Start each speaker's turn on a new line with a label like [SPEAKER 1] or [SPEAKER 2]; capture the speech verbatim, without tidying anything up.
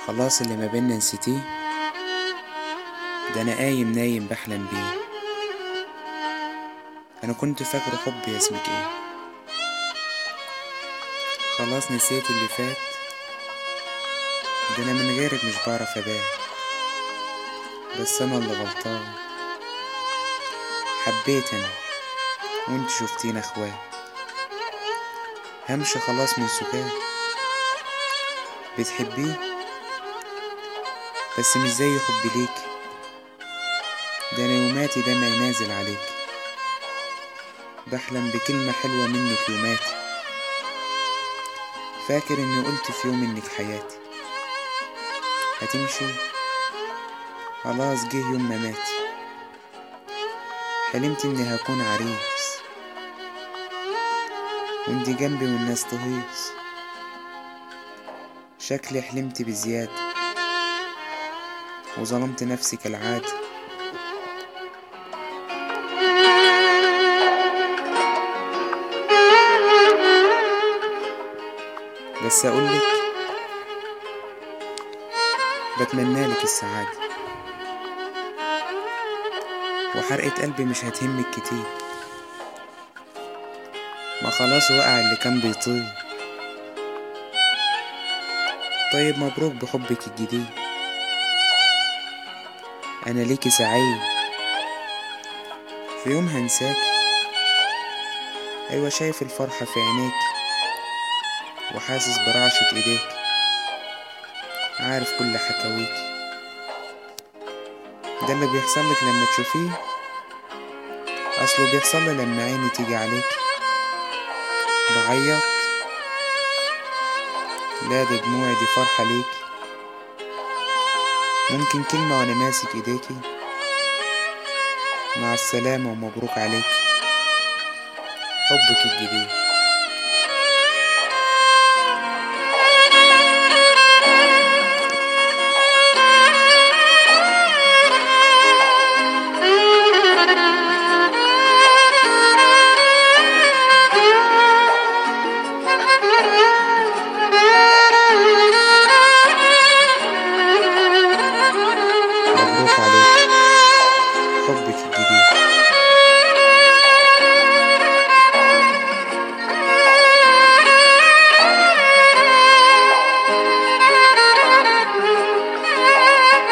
[SPEAKER 1] خلاص اللي ما بينا نسيتيه، ده انا قايم نايم بحلم بيه. انا كنت فاكره حبي اسمك ايه. خلاص نسيت اللي فات، ده انا من غيرك مش بعرف ابات. بس انا اللي غلطان، حبيت انا وانت شفتينا اخوات. همشي خلاص من سكات، بتحبيه بس مش زي حبي ليك. ده انا يوماتي دمعي نازل عليك، بحلم بكلمة حلوة منك يوماتي. فاكر اني قلت في يوم انك حياتي، هتمشي خلاص جه يوم مماتي. حلمت اني هكون عريس وانتي جنبي والناس تهيص. شكلي حلمت بزيادة وظلمت نفسي كالعادة. بس اقولك بتمنالك السعادة، وحرقة قلبي مش هتهمك كتير. ما خلاص وقع اللي كان بيطير. طيب مبروك بحبك الجديد، انا ليكي سعيد. في يوم هنساك، ايوه شايف الفرحة في عينيك وحاسس برعشة ايديك، عارف كل حكاويك. ده اللي بيحصلك لما تشوفيه، اصله بيحصل لما عيني تيجي عليك. بعيط لا دي دموعي دي فرحة ليك. ممكن كلمة وانا ماسك ايديكي، مع السلامة ومبروك عليك حبك الجديد. مبروك عليك حبك الجديد.